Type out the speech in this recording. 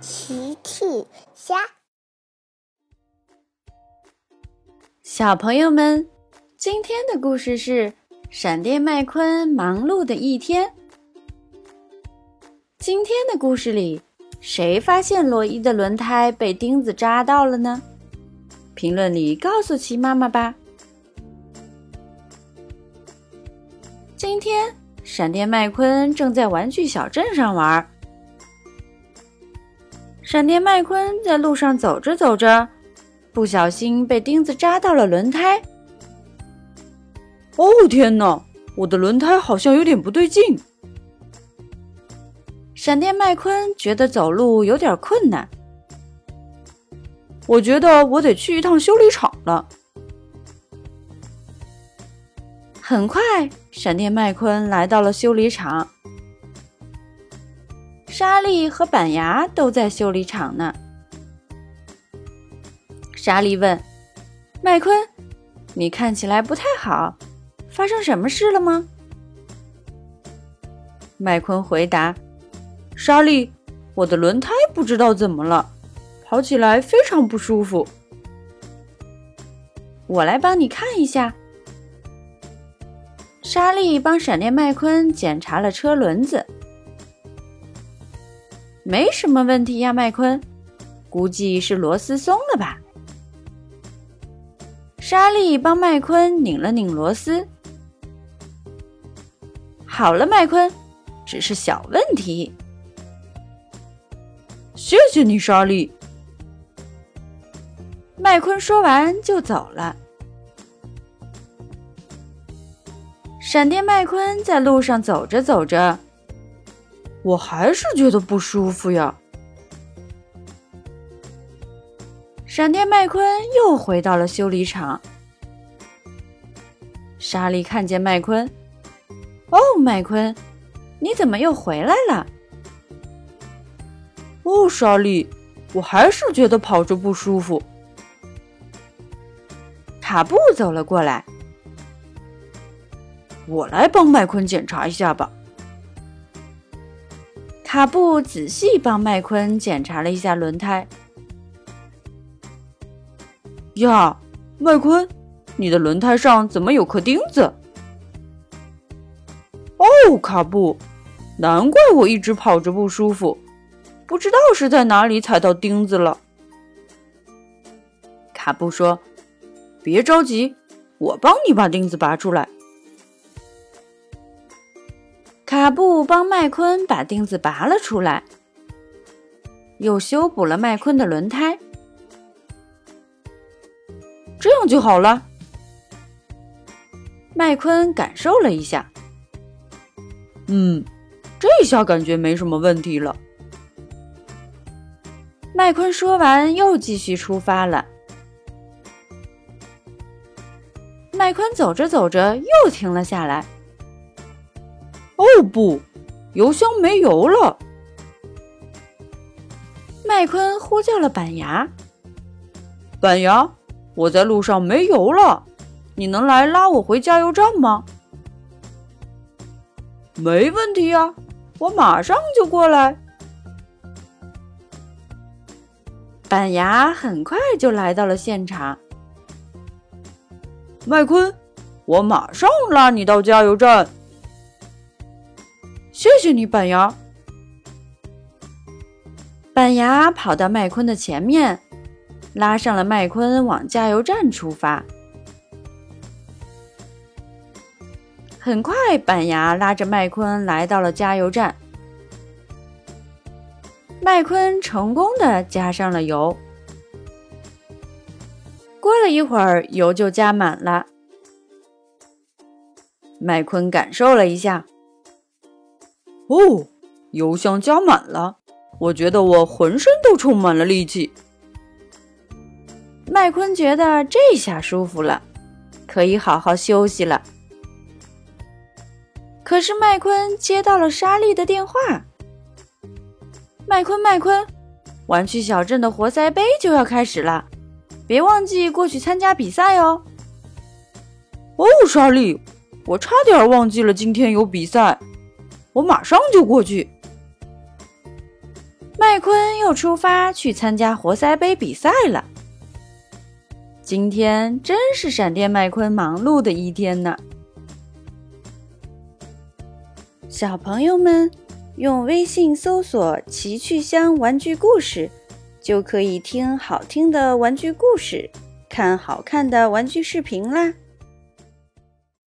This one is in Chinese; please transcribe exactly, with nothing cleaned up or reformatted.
奇趣虾。 小朋友们，今天的故事是闪电麦昆忙碌的一天。今天的故事里，谁发现罗伊的轮胎被钉子扎到了呢？评论里告诉奇妈妈吧。今天闪电麦昆正在玩具小镇上玩。闪电麦昆在路上走着走着，不小心被钉子扎到了轮胎。 哦天哪，我的轮胎好像有点不对劲。 闪电麦昆觉得走路有点困难。 我觉得我得去一趟修理厂了。 很快，闪电麦昆来到了修理厂。莎莉和板牙都在修理厂呢。莎莉问麦昆：“你看起来不太好，发生什么事了吗？” 麦昆回答：“莎莉，我的轮胎不知道怎么了，跑起来非常不舒服。” 我来帮你看一下。莎莉帮闪电麦昆检查了车轮子。没什么问题呀，麦昆，估计是螺丝松了吧。莎莉帮麦昆拧了拧螺丝。好了，麦昆，只是小问题。 谢谢你，莎莉。 麦昆说完就走了。闪电麦昆在路上走着走着， 我还是觉得不舒服呀。 闪电麦昆又回到了修理厂。莎莉看见麦昆，哦，麦昆，你怎么又回来了？ 哦，莎莉，我还是觉得跑着不舒服。 卡布走了过来。 我来帮麦昆检查一下吧。 卡布仔细帮麦昆检查了一下轮胎。 呀，麦昆，你的轮胎上怎么有颗钉子？哦，卡布，难怪我一直跑着不舒服，不知道是在哪里踩到钉子了。 卡布说：“ 别着急，我帮你把钉子拔出来。” 卡布帮麦昆把钉子拔了出来，又修补了麦昆的轮胎。 这样就好了。 麦昆感受了一下， 嗯，这下感觉没什么问题了。 麦昆说完又继续出发了。麦昆走着走着又停了下来。 哦不，油箱没油了。 麦昆呼叫了板牙。 板牙，我在路上没油了，你能来拉我回加油站吗？没问题啊，我马上就过来。 板牙很快就来到了现场。 麦昆，我马上拉你到加油站。谢谢你，板牙。 板牙跑到麦昆的前面，拉上了麦昆往加油站出发。很快，板牙拉着麦昆来到了加油站。麦昆成功地加上了油。过了一会儿，油就加满了。麦昆感受了一下。 哦，油箱加满了，我觉得我浑身都充满了力气。 麦昆觉得这下舒服了，可以好好休息了。可是麦昆接到了莎莉的电话。麦昆，麦昆，玩具小镇的活塞杯就要开始了，别忘记过去参加比赛哦。 哦，莎莉，我差点忘记了今天有比赛。我马上就过去。 麦昆又出发去参加活塞杯比赛了。今天真是闪电麦昆忙碌的一天呢。小朋友们，用微信搜索“奇趣箱玩具故事”，就可以听好听的玩具故事，看好看的玩具视频啦。